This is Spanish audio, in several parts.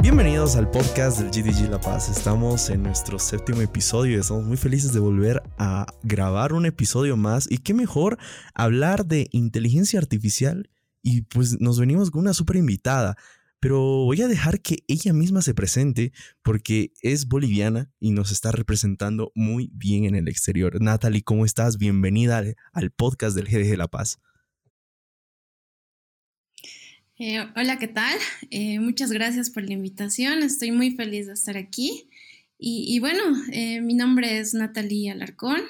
Bienvenidos al podcast del GDG La Paz. Estamos en nuestro 7º episodio y estamos muy felices de volver a grabar un episodio más. Y qué mejor hablar de inteligencia artificial, y pues nos venimos con una súper invitada. Pero voy a dejar que ella misma se presente porque es boliviana y nos está representando muy bien en el exterior. Natalie, ¿cómo estás? Bienvenida al podcast del GDG La Paz. Hola, ¿qué tal? Muchas gracias por la invitación. Estoy muy feliz de estar aquí. Y bueno, mi nombre es Natalie Alarcón.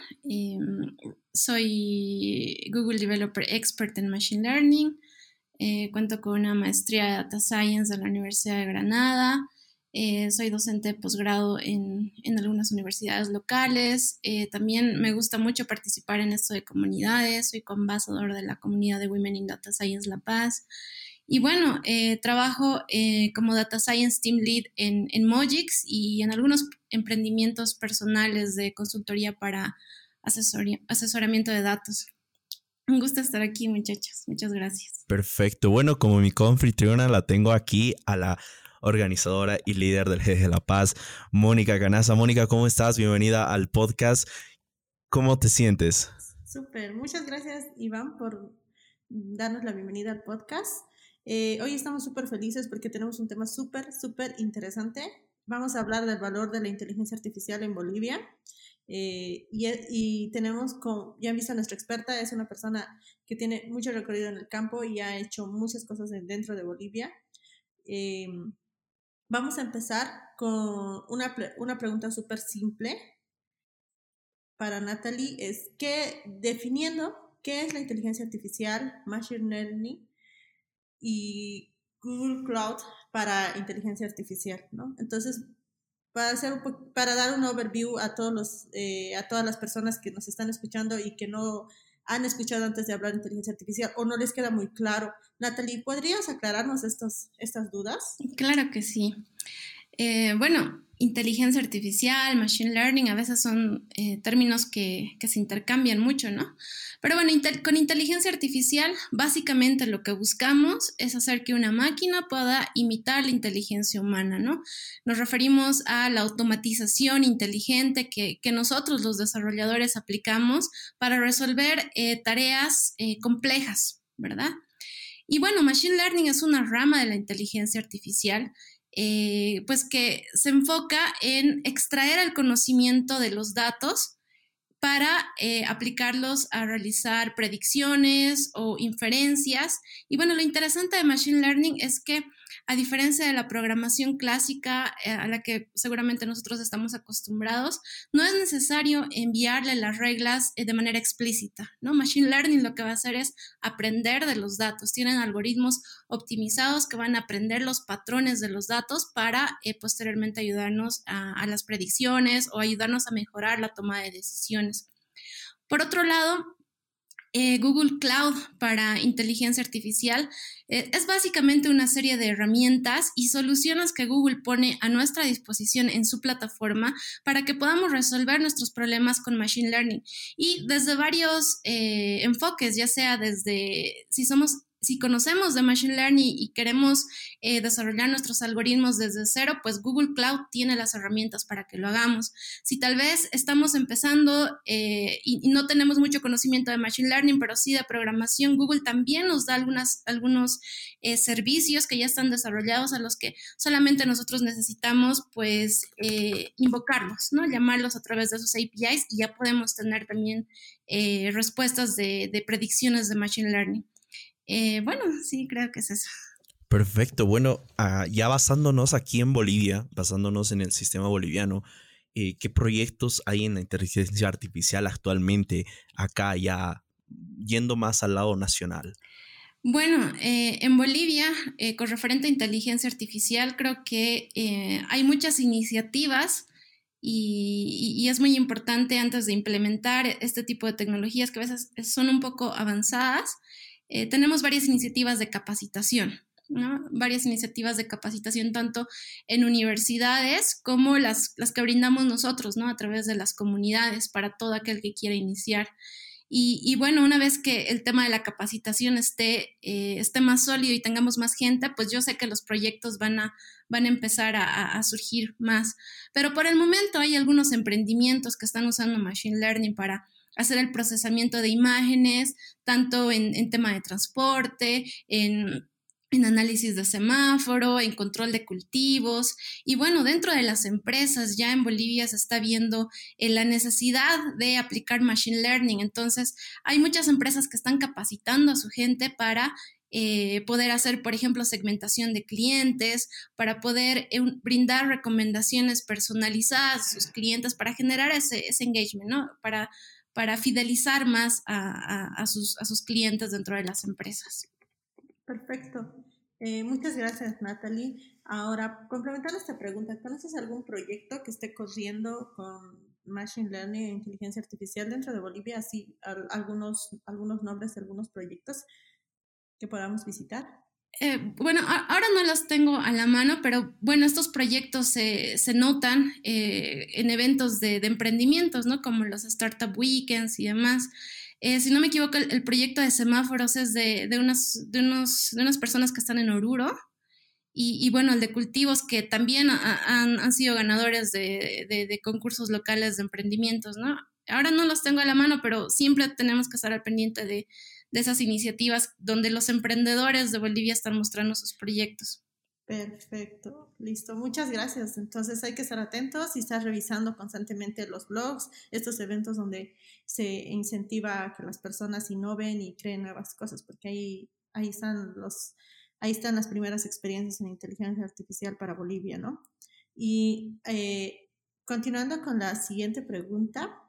Soy Google Developer Expert en Machine Learning. Cuento con una maestría de Data Science de la Universidad de Granada. Soy docente de posgrado en algunas universidades locales. También me gusta mucho participar en esto de comunidades. Soy co-ambassador de la comunidad de Women in Data Science La Paz. Y bueno, trabajo como Data Science Team Lead en Mojix y en algunos emprendimientos personales de consultoría para asesoramiento de datos. Un gusto estar aquí, muchachos. Muchas gracias. Perfecto. Bueno, como mi coanfitriona la tengo aquí a la organizadora y líder del GDG La Paz, Mónica Canaza. Mónica, ¿cómo estás? Bienvenida al podcast. ¿Cómo te sientes? Súper. Muchas gracias, Iván, por darnos la bienvenida al podcast. Hoy estamos súper felices porque tenemos un tema súper interesante. Vamos a hablar del valor de la inteligencia artificial en Bolivia. Y tenemos, ya han visto a nuestra experta, es una persona que tiene mucho recorrido en el campo y ha hecho muchas cosas dentro de Bolivia. Vamos a empezar con una pregunta súper simple para Natalie, es definiendo qué es la inteligencia artificial, Machine Learning y Google Cloud para inteligencia artificial, ¿no? Entonces, para dar un overview a todas las personas que nos están escuchando y que no han escuchado antes de hablar de inteligencia artificial o no les queda muy claro. Natalie, ¿podrías aclararnos estas dudas? Claro que sí. Bueno, inteligencia artificial, machine learning, a veces son términos que se intercambian mucho, ¿no? Pero bueno, con inteligencia artificial, básicamente lo que buscamos es hacer que una máquina pueda imitar la inteligencia humana, ¿no? Nos referimos a la automatización inteligente que nosotros, los desarrolladores, aplicamos para resolver tareas complejas, ¿verdad? Y bueno, Machine Learning es una rama de la inteligencia artificial pues que se enfoca en extraer el conocimiento de los datos para aplicarlos a realizar predicciones o inferencias. Y bueno, lo interesante de Machine Learning es que, a diferencia de la programación clásica a la que seguramente nosotros estamos acostumbrados, no es necesario enviarle las reglas de manera explícita, ¿no? Machine Learning lo que va a hacer es aprender de los datos. Tienen algoritmos optimizados que van a aprender los patrones de los datos para posteriormente ayudarnos a las predicciones o ayudarnos a mejorar la toma de decisiones. Por otro lado, Google Cloud para inteligencia artificial es básicamente una serie de herramientas y soluciones que Google pone a nuestra disposición en su plataforma para que podamos resolver nuestros problemas con Machine Learning y desde varios enfoques, ya sea desde si conocemos de Machine Learning y queremos desarrollar nuestros algoritmos desde cero, pues Google Cloud tiene las herramientas para que lo hagamos. Si tal vez estamos empezando y no tenemos mucho conocimiento de Machine Learning, pero sí de programación, Google también nos da algunos servicios que ya están desarrollados a los que solamente nosotros necesitamos pues invocarlos, ¿no? Llamarlos a través de esos APIs y ya podemos tener también respuestas de predicciones de Machine Learning. Bueno, sí, creo que es eso. Perfecto. Bueno, ya basándonos aquí en Bolivia, basándonos en el sistema boliviano, ¿qué proyectos hay en la inteligencia artificial actualmente acá, ya yendo más al lado nacional? Bueno, en Bolivia, con referente a inteligencia artificial, creo que hay muchas iniciativas y es muy importante antes de implementar este tipo de tecnologías que a veces son un poco avanzadas. Tenemos varias iniciativas de capacitación, ¿no? Varias iniciativas de capacitación tanto en universidades como las que brindamos nosotros, ¿no? A través de las comunidades para todo aquel que quiera iniciar. Y bueno, una vez que el tema de la capacitación esté más sólido y tengamos más gente, pues yo sé que los proyectos van a empezar a surgir más. Pero por el momento hay algunos emprendimientos que están usando Machine Learning para hacer el procesamiento de imágenes, tanto en tema de transporte, en análisis de semáforo, en control de cultivos. Y bueno, dentro de las empresas ya en Bolivia se está viendo la necesidad de aplicar Machine Learning. Entonces, hay muchas empresas que están capacitando a su gente para poder hacer, por ejemplo, segmentación de clientes, para poder brindar recomendaciones personalizadas a sus clientes para generar ese engagement, ¿no? Para fidelizar más a sus clientes dentro de las empresas. Perfecto. Muchas gracias, Natalie. Ahora, complementando esta pregunta, ¿conoces algún proyecto que esté corriendo con Machine Learning e inteligencia artificial dentro de Bolivia? Así, algunos nombres de algunos proyectos que podamos visitar. Bueno, ahora no los tengo a la mano, pero bueno, estos proyectos se notan en eventos de emprendimientos, ¿no? Como los Startup Weekends y demás. Si no me equivoco, el proyecto de semáforos es de unas personas que están en Oruro. Y bueno, el de cultivos que también han sido ganadores de concursos locales de emprendimientos, ¿no? Ahora no los tengo a la mano, pero siempre tenemos que estar al pendiente de esas iniciativas donde los emprendedores de Bolivia están mostrando sus proyectos. Perfecto, listo, muchas gracias. Entonces hay que estar atentos y estar revisando constantemente los blogs, estos eventos donde se incentiva a que las personas innoven y creen nuevas cosas, porque ahí están las primeras experiencias en inteligencia artificial para Bolivia, ¿no? Y continuando con la siguiente pregunta,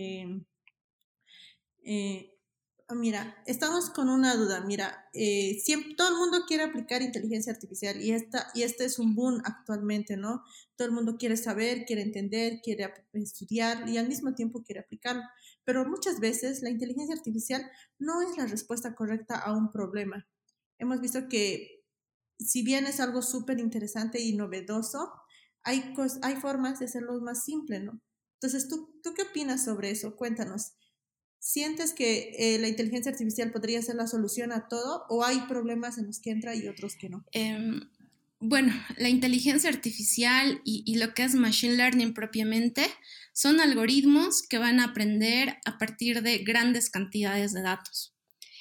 mira, estamos con una duda. Mira, siempre, todo el mundo quiere aplicar inteligencia artificial y este es un boom actualmente, ¿no? Todo el mundo quiere saber, quiere entender, quiere estudiar y al mismo tiempo quiere aplicarlo. Pero muchas veces la inteligencia artificial no es la respuesta correcta a un problema. Hemos visto que si bien es algo súper interesante y novedoso, hay formas de hacerlo más simple, ¿no? Entonces, ¿tú qué opinas sobre eso? Cuéntanos. ¿Sientes que la inteligencia artificial podría ser la solución a todo o hay problemas en los que entra y otros que no? Bueno, la inteligencia artificial y lo que es Machine Learning propiamente son algoritmos que van a aprender a partir de grandes cantidades de datos.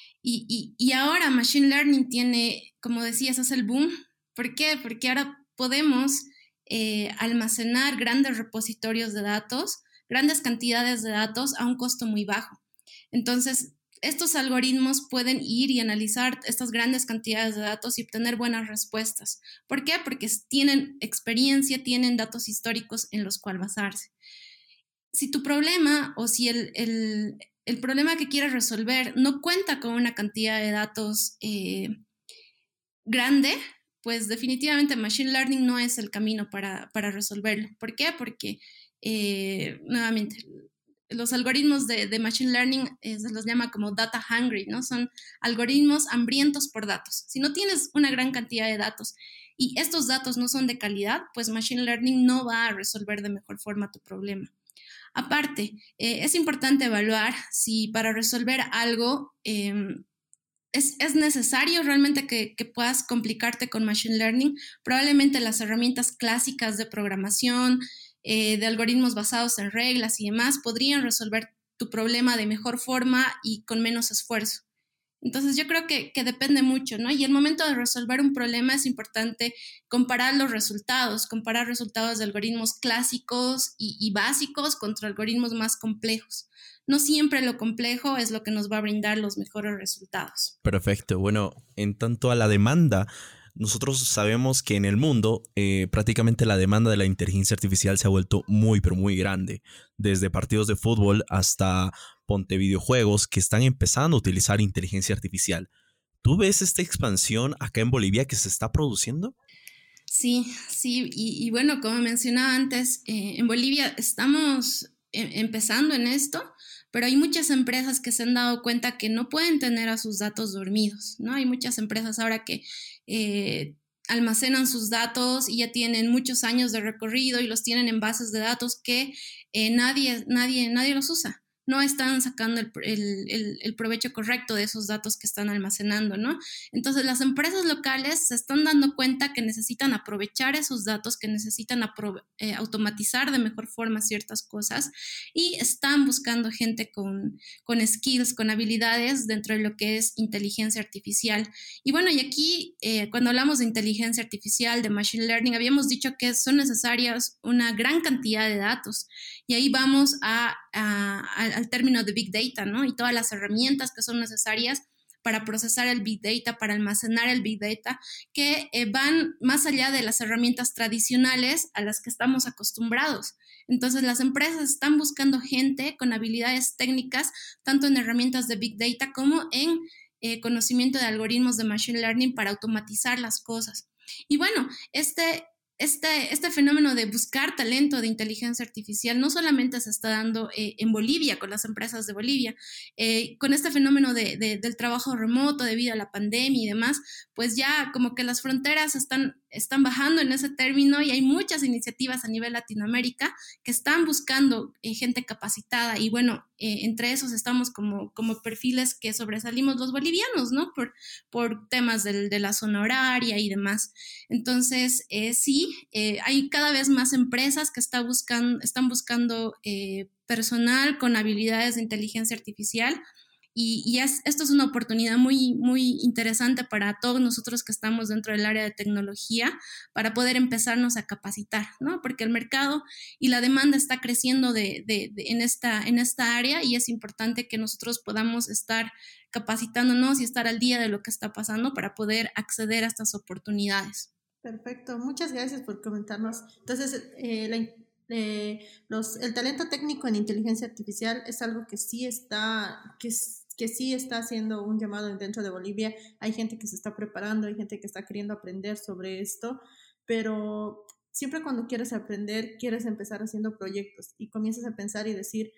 Y ahora Machine Learning tiene, como decías, es el boom. ¿Por qué? Porque ahora podemos almacenar grandes repositorios de datos, grandes cantidades de datos a un costo muy bajo. Entonces, estos algoritmos pueden ir y analizar estas grandes cantidades de datos y obtener buenas respuestas. ¿Por qué? Porque tienen experiencia, tienen datos históricos en los cuales basarse. Si tu problema o si el problema que quieres resolver no cuenta con una cantidad de datos grande, pues definitivamente Machine Learning no es el camino para resolverlo. ¿Por qué? Porque, nuevamente, los algoritmos de Machine Learning se los llama como data hungry, ¿no? Son algoritmos hambrientos por datos. Si no tienes una gran cantidad de datos y estos datos no son de calidad, pues Machine Learning no va a resolver de mejor forma tu problema. Aparte, es importante evaluar si para resolver algo es necesario realmente que puedas complicarte con Machine Learning. Probablemente las herramientas clásicas de programación, de algoritmos basados en reglas y demás, podrían resolver tu problema de mejor forma y con menos esfuerzo. Entonces yo creo que depende mucho, ¿no? Y el momento de resolver un problema es importante comparar los resultados, comparar resultados de algoritmos clásicos y básicos contra algoritmos más complejos. No siempre lo complejo es lo que nos va a brindar los mejores resultados. Perfecto. Bueno, en tanto a la demanda, nosotros sabemos que en el mundo prácticamente la demanda de la inteligencia artificial se ha vuelto muy, pero muy grande. Desde partidos de fútbol hasta ponte videojuegos que están empezando a utilizar inteligencia artificial. ¿Tú ves esta expansión acá en Bolivia que se está produciendo? Sí, y bueno, como mencionaba antes, en Bolivia estamos empezando en esto, pero hay muchas empresas que se han dado cuenta que no pueden tener a sus datos dormidos, ¿no? Hay muchas empresas ahora que almacenan sus datos y ya tienen muchos años de recorrido y los tienen en bases de datos que nadie los usa. no están sacando el provecho correcto de esos datos que están almacenando, ¿no? Entonces las empresas locales se están dando cuenta que necesitan aprovechar esos datos, que necesitan automatizar de mejor forma ciertas cosas y están buscando gente con skills, con habilidades dentro de lo que es inteligencia artificial. Y bueno, y aquí cuando hablamos de inteligencia artificial, de machine learning, habíamos dicho que son necesarias una gran cantidad de datos. Y ahí vamos al término de Big Data, ¿no? Y todas las herramientas que son necesarias para procesar el Big Data, para almacenar el Big Data, que van más allá de las herramientas tradicionales a las que estamos acostumbrados. Entonces, las empresas están buscando gente con habilidades técnicas, tanto en herramientas de Big Data como en conocimiento de algoritmos de Machine Learning para automatizar las cosas. Y bueno, este fenómeno de buscar talento de inteligencia artificial no solamente se está dando en Bolivia, con las empresas de Bolivia, con este fenómeno del trabajo remoto debido a la pandemia y demás, pues ya como que las fronteras están bajando en ese término y hay muchas iniciativas a nivel Latinoamérica que están buscando gente capacitada y bueno, entre esos estamos como perfiles que sobresalimos los bolivianos, ¿no? Por temas de la zona horaria y demás. Entonces, sí, hay cada vez más empresas que están buscando personal con habilidades de inteligencia artificial y esto es una oportunidad muy, muy interesante para todos nosotros que estamos dentro del área de tecnología para poder empezarnos a capacitar, ¿no? Porque el mercado y la demanda está creciendo en esta área y es importante que nosotros podamos estar capacitándonos y estar al día de lo que está pasando para poder acceder a estas oportunidades. Perfecto, muchas gracias por comentarnos. Entonces, el talento técnico en inteligencia artificial es algo que sí está haciendo un llamado dentro de Bolivia. Hay gente que se está preparando, hay gente que está queriendo aprender sobre esto, pero siempre cuando quieres aprender, quieres empezar haciendo proyectos y comienzas a pensar y decir,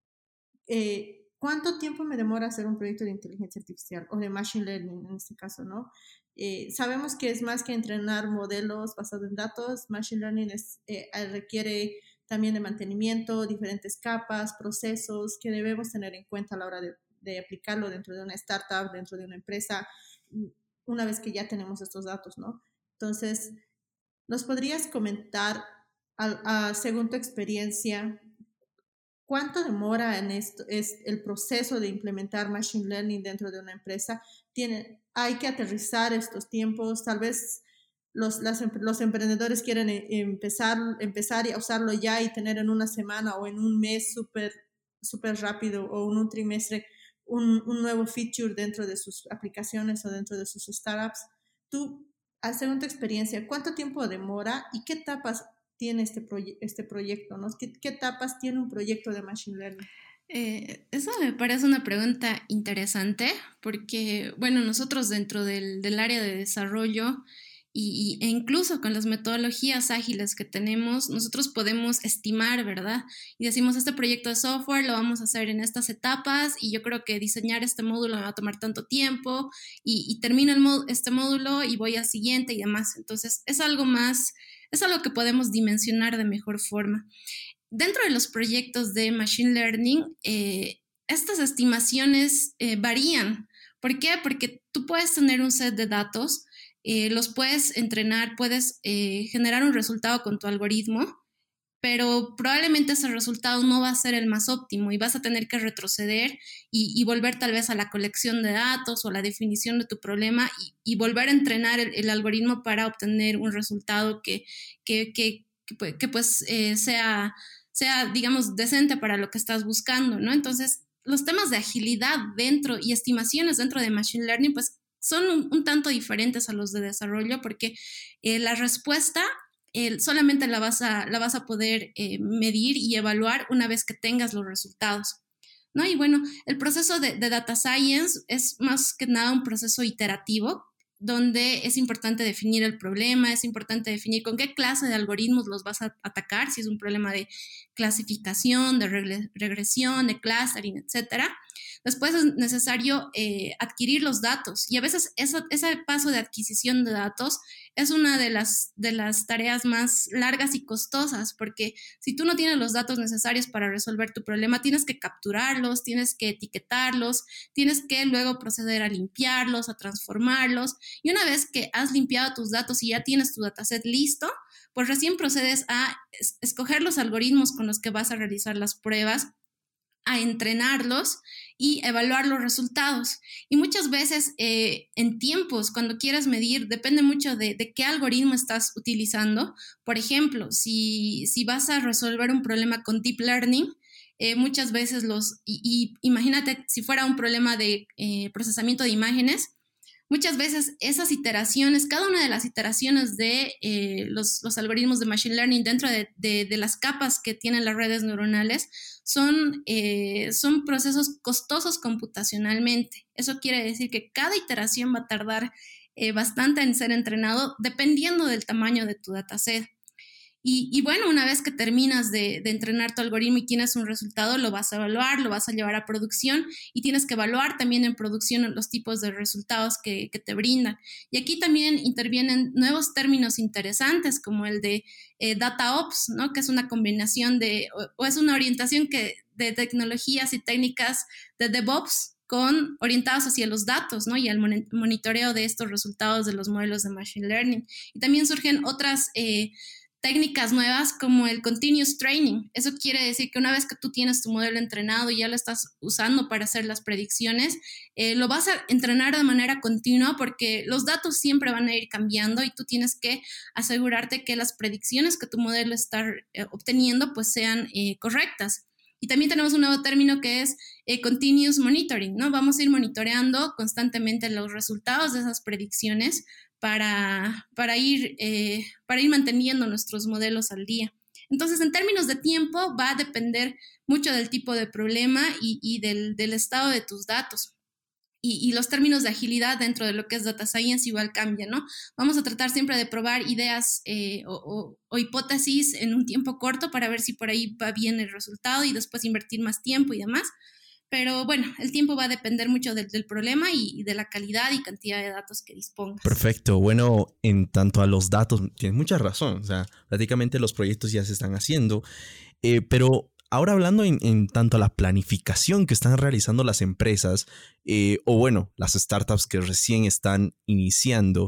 ¿cuánto tiempo me demora hacer un proyecto de inteligencia artificial o de machine learning en este caso, ¿no? Sabemos que es más que entrenar modelos basados en datos. Machine learning requiere también de mantenimiento, diferentes capas, procesos que debemos tener en cuenta a la hora de aplicarlo dentro de una startup, dentro de una empresa, una vez que ya tenemos estos datos, ¿no? Entonces, ¿nos podrías comentar, según tu experiencia, cuánto demora en esto es el proceso de implementar machine learning dentro de una empresa? Hay que aterrizar estos tiempos. Tal vez los emprendedores quieren empezar a usarlo ya y tener en una semana o en un mes súper rápido o en un trimestre un nuevo feature dentro de sus aplicaciones o dentro de sus startups. Tú, según tu experiencia, ¿cuánto tiempo demora y qué etapas tiene este proyecto, ¿no? ¿Qué etapas tiene un proyecto de machine learning? Eso me parece una pregunta interesante porque, bueno, nosotros dentro del área de desarrollo e incluso con las metodologías ágiles que tenemos, nosotros podemos estimar, ¿verdad? Y decimos, este proyecto de software lo vamos a hacer en estas etapas y yo creo que diseñar este módulo me va a tomar tanto tiempo y termino este módulo y voy al siguiente y demás. Entonces, es algo que podemos dimensionar de mejor forma. Dentro de los proyectos de Machine Learning, estas estimaciones varían. ¿Por qué? Porque tú puedes tener un set de datos, los puedes entrenar, puedes generar un resultado con tu algoritmo, pero probablemente ese resultado no va a ser el más óptimo y vas a tener que retroceder y volver tal vez a la colección de datos o la definición de tu problema y volver a entrenar el algoritmo para obtener un resultado que pues sea, digamos, decente para lo que estás buscando, ¿no? Entonces, los temas de agilidad dentro y estimaciones dentro de Machine Learning, pues son un tanto diferentes a los de desarrollo porque la respuesta solamente la vas a poder medir y evaluar una vez que tengas los resultados, ¿no? Y bueno, el proceso de Data Science es más que nada un proceso iterativo donde es importante definir el problema, es importante definir con qué clase de algoritmos los vas a atacar, si es un problema de clasificación, de regresión, de clustering, etcétera. después es necesario adquirir los datos. Y a veces ese paso de adquisición de datos es una de las tareas más largas y costosas, porque si tú no tienes los datos necesarios para resolver tu problema, tienes que capturarlos, tienes que etiquetarlos, tienes que luego proceder a limpiarlos, a transformarlos. Y una vez que has limpiado tus datos y ya tienes tu dataset listo, pues recién procedes a escoger los algoritmos con los que vas a realizar las pruebas, a entrenarlos y evaluar los resultados. Y muchas veces en tiempos, cuando quieras medir, depende mucho de qué algoritmo estás utilizando. Por ejemplo, si vas a resolver un problema con Deep Learning, muchas veces imagínate si fuera un problema de procesamiento de imágenes, muchas veces esas iteraciones, cada una de las iteraciones de los algoritmos de Machine Learning dentro de las capas que tienen las redes neuronales son procesos costosos computacionalmente. Eso quiere decir que cada iteración va a tardar bastante en ser entrenado dependiendo del tamaño de tu dataset. Y bueno, una vez que terminas de entrenar tu algoritmo y tienes un resultado, lo vas a evaluar, lo vas a llevar a producción y tienes que evaluar también en producción los tipos de resultados que te brindan. Y aquí también intervienen nuevos términos interesantes como el de Data Ops, ¿no? Que es una combinación o es una orientación de tecnologías y técnicas de DevOps orientados hacia los datos, ¿no? Y al monitoreo de estos resultados de los modelos de Machine Learning. Y también surgen otras técnicas nuevas como el continuous training. Eso quiere decir que una vez que tú tienes tu modelo entrenado y ya lo estás usando para hacer las predicciones, lo vas a entrenar de manera continua porque los datos siempre van a ir cambiando y tú tienes que asegurarte que las predicciones que tu modelo está obteniendo pues sean correctas. Y también tenemos un nuevo término que es continuous monitoring, ¿no? Vamos a ir monitoreando constantemente los resultados de esas predicciones para ir manteniendo nuestros modelos al día. Entonces, en términos de tiempo, va a depender mucho del tipo de problema y del estado de tus datos. Y los términos de agilidad dentro de lo que es data science igual cambian, ¿no? Vamos a tratar siempre de probar ideas o hipótesis en un tiempo corto para ver si por ahí va bien el resultado y después invertir más tiempo y demás. Pero bueno, el tiempo va a depender mucho del problema y de la calidad y cantidad de datos que dispongas. Perfecto. Bueno, en tanto a los datos, tienes mucha razón. O sea, prácticamente los proyectos ya se están haciendo. Pero ahora hablando en tanto a la planificación que están realizando las empresas, o bueno, las startups que recién están iniciando,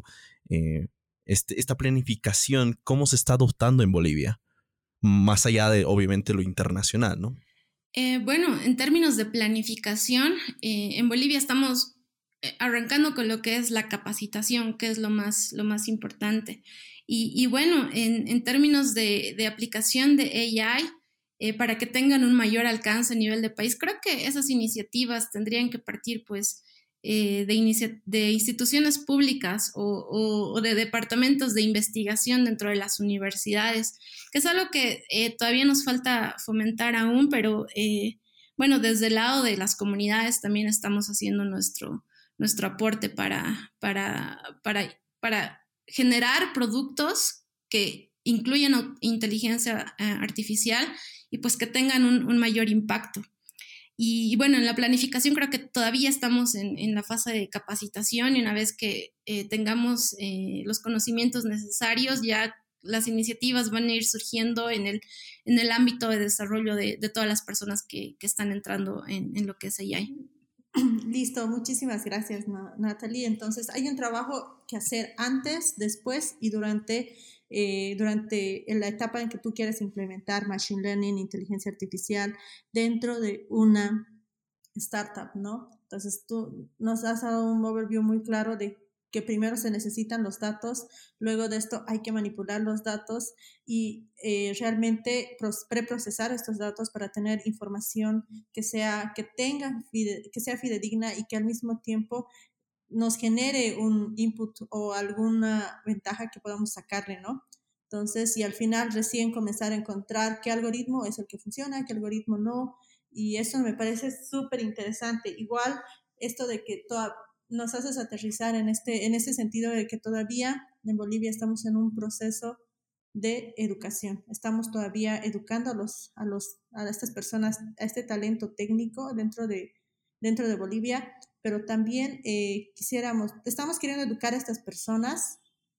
esta planificación, ¿cómo se está adoptando en Bolivia? Más allá de, obviamente, lo internacional, ¿no? Bueno, en términos de planificación, en Bolivia estamos arrancando con lo que es la capacitación, que es lo más importante. Y bueno, en términos de aplicación de AI, para que tengan un mayor alcance a nivel de país, creo que esas iniciativas tendrían que partir pues de instituciones públicas o de departamentos de investigación dentro de las universidades, que es algo que todavía nos falta fomentar aún, pero bueno, desde el lado de las comunidades también estamos haciendo nuestro aporte para generar productos que incluyan inteligencia artificial y pues que tengan un mayor impacto. Y bueno, en la planificación creo que todavía estamos en la fase de capacitación y una vez que tengamos los conocimientos necesarios, ya las iniciativas van a ir surgiendo en el ámbito de desarrollo de todas las personas que están entrando en lo que es AI. Listo, muchísimas gracias, Natalie. Entonces, hay un trabajo que hacer antes, después y durante la etapa en que tú quieres implementar Machine Learning, inteligencia artificial dentro de una startup, ¿no? Entonces, tú nos has dado un overview muy claro de que primero se necesitan los datos, luego de esto hay que manipular los datos y realmente preprocesar estos datos para tener información que sea fidedigna y que al mismo tiempo nos genere un input o alguna ventaja que podamos sacarle, ¿no? Entonces, y al final recién comenzar a encontrar qué algoritmo es el que funciona, qué algoritmo no, y eso me parece súper interesante. Igual, esto de que nos haces aterrizar en este sentido de que todavía en Bolivia estamos en un proceso de educación. Estamos todavía educando a estas personas, a este talento técnico dentro de dentro de Bolivia, pero también estamos queriendo educar a estas personas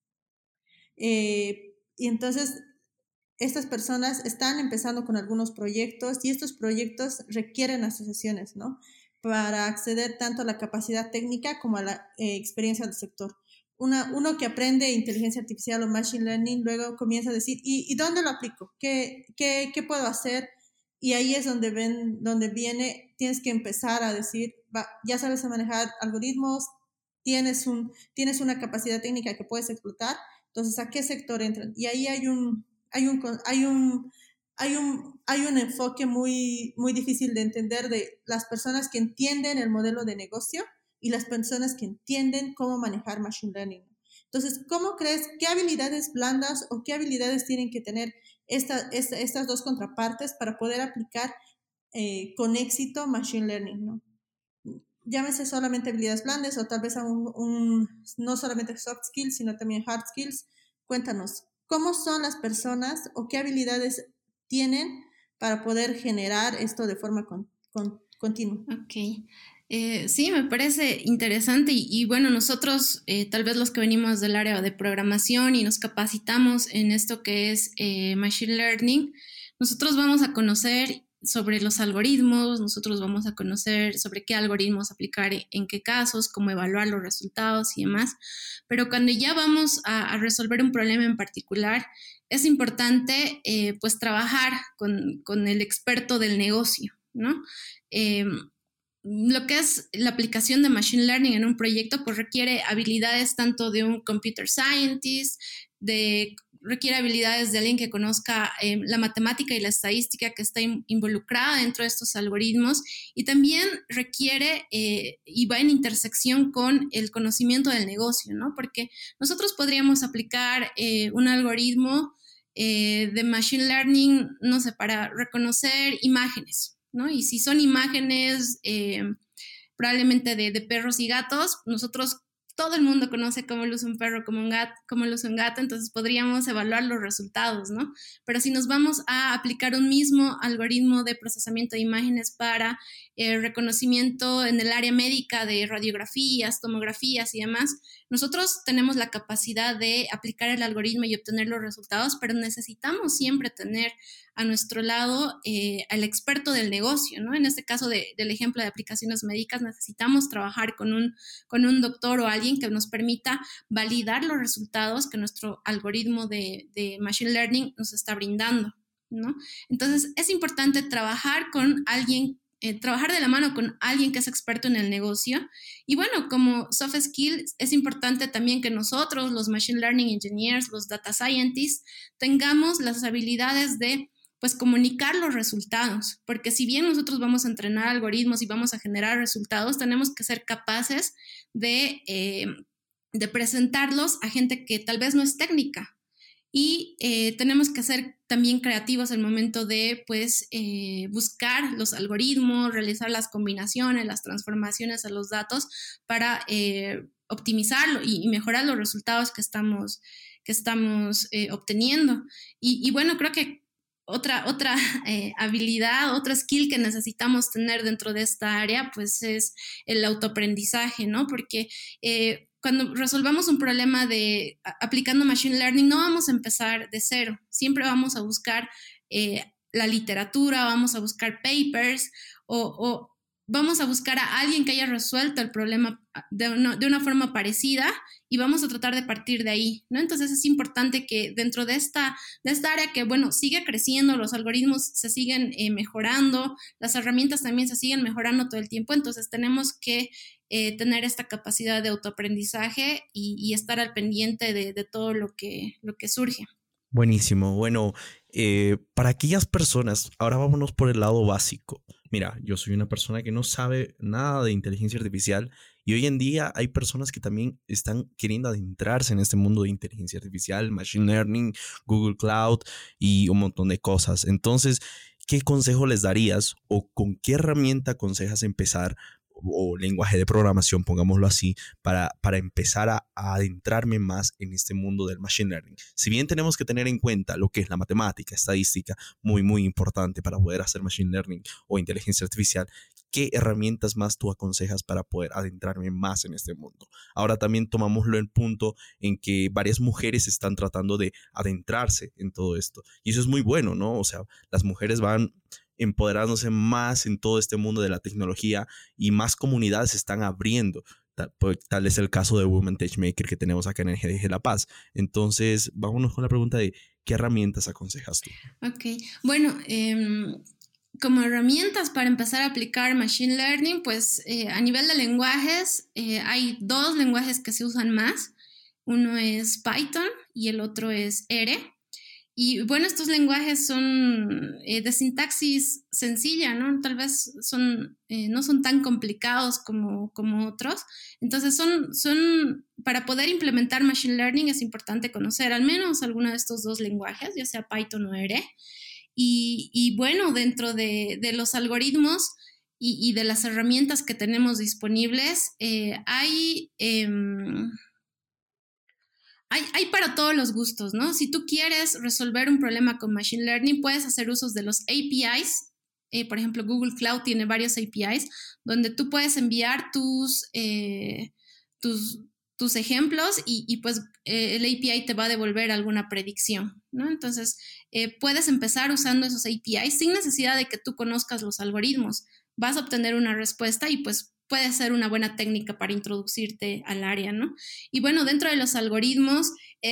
y entonces estas personas están empezando con algunos proyectos y estos proyectos requieren asociaciones, ¿no? Para acceder tanto a la capacidad técnica como a la experiencia del sector. Uno que aprende inteligencia artificial o machine learning luego comienza a decir, ¿y dónde lo aplico? ¿Qué puedo hacer? Y ahí es donde viene, tienes que empezar a decir, ya sabes manejar algoritmos, tienes una capacidad técnica que puedes explotar, entonces, ¿a qué sector entran? Y ahí hay un enfoque muy, muy difícil de entender de las personas que entienden el modelo de negocio y las personas que entienden cómo manejar machine learning. Entonces, ¿cómo crees, qué habilidades blandas o qué habilidades tienen que tener estas dos contrapartes para poder aplicar con éxito machine learning, ¿no? Llámese solamente habilidades blandas o tal vez no solamente soft skills, sino también hard skills. Cuéntanos, ¿cómo son las personas o qué habilidades tienen para poder generar esto de forma continua? Ok. Sí, me parece interesante y bueno, nosotros tal vez los que venimos del área de programación y nos capacitamos en esto que es Machine Learning, nosotros vamos a conocer sobre los algoritmos, nosotros vamos a conocer sobre qué algoritmos aplicar en qué casos, cómo evaluar los resultados y demás, pero cuando ya vamos a resolver un problema en particular, es importante pues trabajar con el experto del negocio, ¿no? Lo que es la aplicación de Machine Learning en un proyecto, pues requiere habilidades tanto de un computer scientist, requiere habilidades de alguien que conozca la matemática y la estadística que está involucrada dentro de estos algoritmos y también requiere y va en intersección con el conocimiento del negocio, ¿no? Porque nosotros podríamos aplicar un algoritmo de Machine Learning, no sé, para reconocer imágenes, ¿no? Y si son imágenes probablemente de perros y gatos, todo el mundo conoce cómo luce un perro, cómo luce un gato, entonces podríamos evaluar los resultados, ¿no? Pero si nos vamos a aplicar un mismo algoritmo de procesamiento de imágenes para reconocimiento en el área médica de radiografías, tomografías y demás, nosotros tenemos la capacidad de aplicar el algoritmo y obtener los resultados, pero necesitamos siempre tener a nuestro lado al experto del negocio, ¿no? En este caso del ejemplo de aplicaciones médicas, necesitamos trabajar con un doctor o alguien que nos permita validar los resultados que nuestro algoritmo de Machine Learning nos está brindando, ¿no? Entonces, es importante trabajar con alguien, trabajar de la mano con alguien que es experto en el negocio. Y bueno, como soft skills, es importante también que nosotros, los Machine Learning Engineers, los Data Scientists, tengamos las habilidades de pues comunicar los resultados, porque si bien nosotros vamos a entrenar algoritmos y vamos a generar resultados, tenemos que ser capaces de presentarlos a gente que tal vez no es técnica y tenemos que ser también creativos al momento de pues buscar los algoritmos, realizar las combinaciones, las transformaciones a los datos para optimizarlo y mejorar los resultados que estamos obteniendo. Y bueno, creo que otra habilidad, otro skill que necesitamos tener dentro de esta área, pues es el autoaprendizaje, ¿no? Porque cuando resolvamos un problema aplicando Machine Learning, no vamos a empezar de cero. Siempre vamos a buscar la literatura, vamos a buscar papers o vamos a buscar a alguien que haya resuelto el problema de una forma parecida y vamos a tratar de partir de ahí, ¿no? Entonces es importante que dentro de esta área que, bueno, sigue creciendo, los algoritmos se siguen mejorando, las herramientas también se siguen mejorando todo el tiempo, entonces tenemos que tener esta capacidad de autoaprendizaje y estar al pendiente de todo lo que surge. Buenísimo. Bueno, para aquellas personas, ahora vámonos por el lado básico. Mira, yo soy una persona que no sabe nada de inteligencia artificial y hoy en día hay personas que también están queriendo adentrarse en este mundo de inteligencia artificial, machine learning, Google Cloud y un montón de cosas. Entonces, ¿qué consejo les darías o con qué herramienta aconsejas empezar o lenguaje de programación, pongámoslo así, para empezar a adentrarme más en este mundo del machine learning. Si bien tenemos que tener en cuenta lo que es la matemática, estadística, muy, muy importante para poder hacer machine learning o inteligencia artificial, ¿qué herramientas más tú aconsejas para poder adentrarme más en este mundo? Ahora también tomámoslo en punto en que varias mujeres están tratando de adentrarse en todo esto. Y eso es muy bueno, ¿no? O sea, las mujeres van empoderándose más en todo este mundo de la tecnología y más comunidades se están abriendo. Tal es el caso de Women Techmaker que tenemos acá en el GDG La Paz. Entonces, vámonos con la pregunta de ¿qué herramientas aconsejas tú? Ok, bueno, como herramientas para empezar a aplicar Machine Learning, pues a nivel de lenguajes, hay dos lenguajes que se usan más. Uno es Python y el otro es R. Y bueno, estos lenguajes son de sintaxis sencilla, ¿no? Tal vez no son tan complicados como otros. Entonces, para poder implementar Machine Learning es importante conocer al menos alguno de estos dos lenguajes, ya sea Python o R. Y bueno, dentro de los algoritmos y de las herramientas que tenemos disponibles, hay para todos los gustos, ¿no? Si tú quieres resolver un problema con Machine Learning, puedes hacer usos de los APIs. Por ejemplo, Google Cloud tiene varios APIs donde tú puedes enviar tus ejemplos y pues el API te va a devolver alguna predicción, ¿no? Entonces, puedes empezar usando esos APIs sin necesidad de que tú conozcas los algoritmos. Vas a obtener una respuesta y pues puede ser una buena técnica para introducirte al área, ¿no? Y bueno, dentro de los algoritmos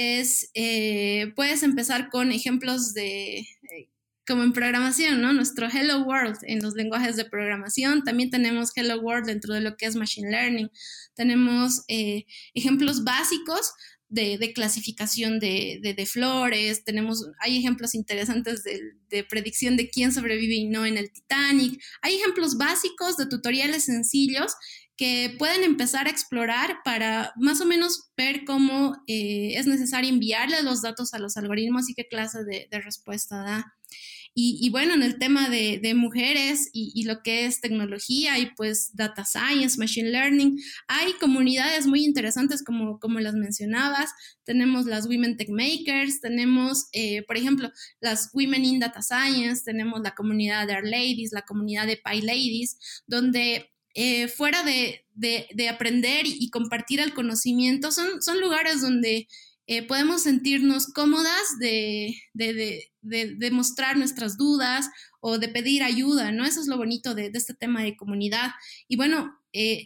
puedes empezar con ejemplos como en programación, ¿no? Nuestro Hello World en los lenguajes de programación. También tenemos Hello World dentro de lo que es Machine Learning. Tenemos ejemplos básicos de clasificación de flores. Hay ejemplos interesantes de predicción de quién sobrevive y no en el Titanic. Hay ejemplos básicos de tutoriales sencillos que pueden empezar a explorar para más o menos ver cómo es necesario enviarle los datos a los algoritmos y qué clase de respuesta da. Y bueno, en el tema de mujeres y lo que es tecnología y pues data science, machine learning, hay comunidades muy interesantes como las mencionabas. Tenemos las Women Tech Makers, tenemos, por ejemplo, las Women in Data Science, tenemos la comunidad de R-Ladies, la comunidad de PyLadies, donde fuera de aprender y compartir el conocimiento, son lugares donde podemos sentirnos cómodas de mostrar nuestras dudas o de pedir ayuda, ¿no? Eso es lo bonito de este tema de comunidad. Y bueno,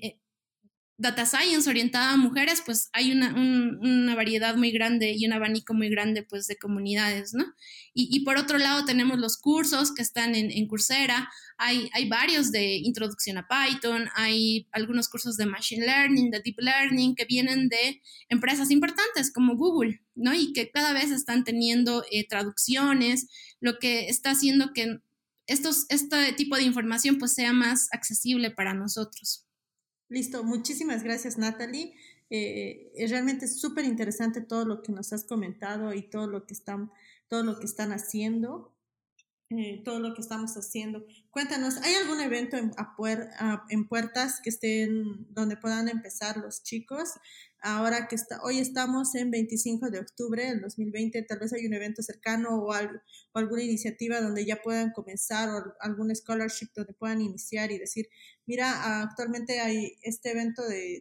data science orientada a mujeres, pues hay una variedad muy grande y un abanico muy grande, pues, de comunidades, ¿no? Y por otro lado tenemos los cursos que están en Coursera. Hay varios de introducción a Python, hay algunos cursos de Machine Learning, de Deep Learning, que vienen de empresas importantes como Google, ¿no? Y que cada vez están teniendo traducciones, lo que está haciendo que este tipo de información pues sea más accesible para nosotros. Listo, muchísimas gracias, Natalie. Realmente es súper interesante todo lo que nos has comentado y todo lo que están haciendo. Todo lo que estamos haciendo. Cuéntanos, ¿hay algún evento en puertas que estén donde puedan empezar los chicos? Ahora hoy estamos en 25 de octubre del 2020, tal vez hay un evento cercano o alguna iniciativa donde ya puedan comenzar o algún scholarship donde puedan iniciar y decir, mira, actualmente hay este evento de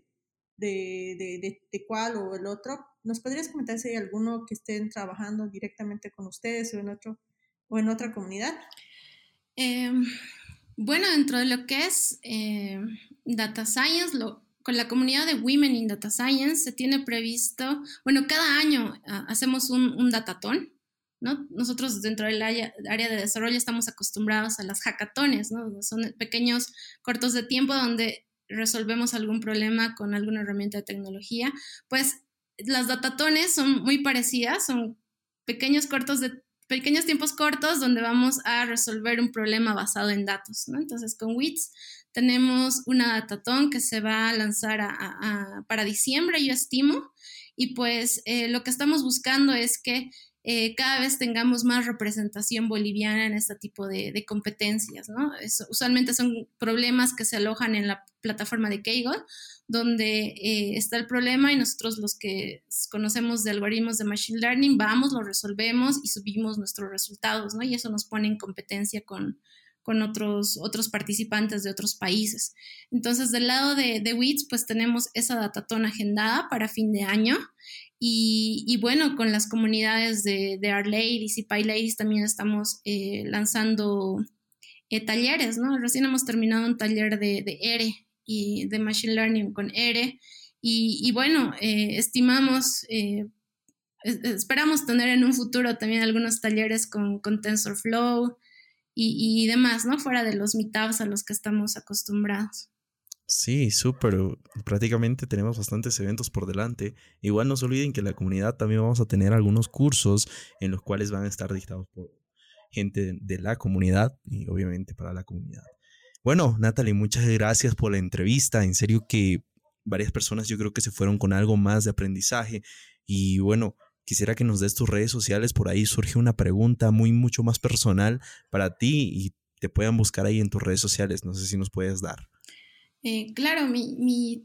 cuál o el otro. ¿Nos podrías comentar si hay alguno que estén trabajando directamente con ustedes o en otra comunidad? Bueno, dentro de lo que es Data Science, con la comunidad de Women in Data Science se tiene previsto, bueno, cada año hacemos un datatón, ¿no? Nosotros dentro del área de desarrollo estamos acostumbrados a las hackatones, ¿no? Son pequeños cortos de tiempo donde resolvemos algún problema con alguna herramienta de tecnología. Pues las datatones son muy parecidas, son pequeños tiempos cortos donde vamos a resolver un problema basado en datos, ¿no? Entonces, con WITS tenemos una datatón que se va a lanzar para diciembre, yo estimo, y pues lo que estamos buscando es que cada vez tengamos más representación boliviana en este tipo de competencias, ¿no? Usualmente son problemas que se alojan en la plataforma de Kaggle, donde está el problema y nosotros los que conocemos de algoritmos de Machine Learning vamos, lo resolvemos y subimos nuestros resultados, ¿no? Y eso nos pone en competencia con otros participantes de otros países. Entonces, del lado de WITS, pues tenemos esa datatón agendada para fin de año. Y bueno, con las comunidades de R-Ladies y PyLadies también estamos lanzando talleres, ¿no? Recién hemos terminado un taller de R y de Machine Learning con R. Y bueno, esperamos tener en un futuro también algunos talleres con TensorFlow y demás, ¿no? Fuera de los meetups a los que estamos acostumbrados. Sí, súper. Prácticamente tenemos bastantes eventos por delante. Igual no se olviden que en la comunidad también vamos a tener algunos cursos en los cuales van a estar dictados por gente de la comunidad y obviamente para la comunidad. Bueno, Natalie, muchas gracias por la entrevista. En serio que varias personas yo creo que se fueron con algo más de aprendizaje. Y bueno, quisiera que nos des tus redes sociales. Por ahí surge una pregunta mucho más personal para ti y te puedan buscar ahí en tus redes sociales. No sé si nos puedes dar. Claro, mi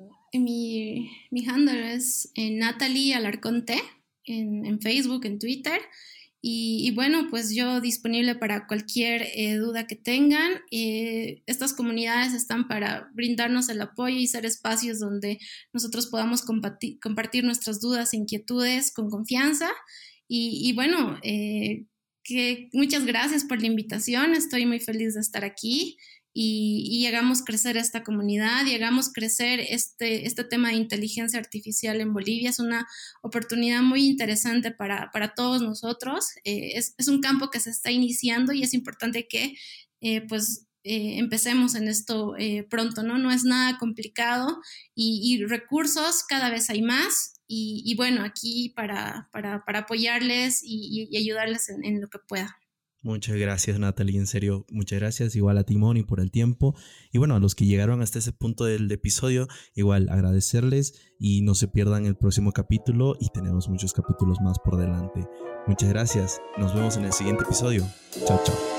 handle es Natalie Alarcón T en Facebook, en Twitter. Y bueno, pues yo disponible para cualquier duda que tengan. Estas comunidades están para brindarnos el apoyo y ser espacios donde nosotros podamos compartir nuestras dudas e inquietudes con confianza. Y bueno, que muchas gracias por la invitación. Estoy muy feliz de estar aquí. Y hagamos crecer esta comunidad y hagamos crecer este tema de inteligencia artificial en Bolivia. Es una oportunidad muy interesante para todos nosotros. Es un campo que se está iniciando y es importante que empecemos en esto pronto, ¿no? No es nada complicado y recursos cada vez hay más y bueno, aquí para apoyarles y ayudarles en lo que pueda. Muchas gracias, Natalie, en serio, muchas gracias, igual a Timón por el tiempo, y bueno, a los que llegaron hasta ese punto del episodio, igual agradecerles y no se pierdan el próximo capítulo y tenemos muchos capítulos más por delante. Muchas gracias, nos vemos en el siguiente episodio, chao chao.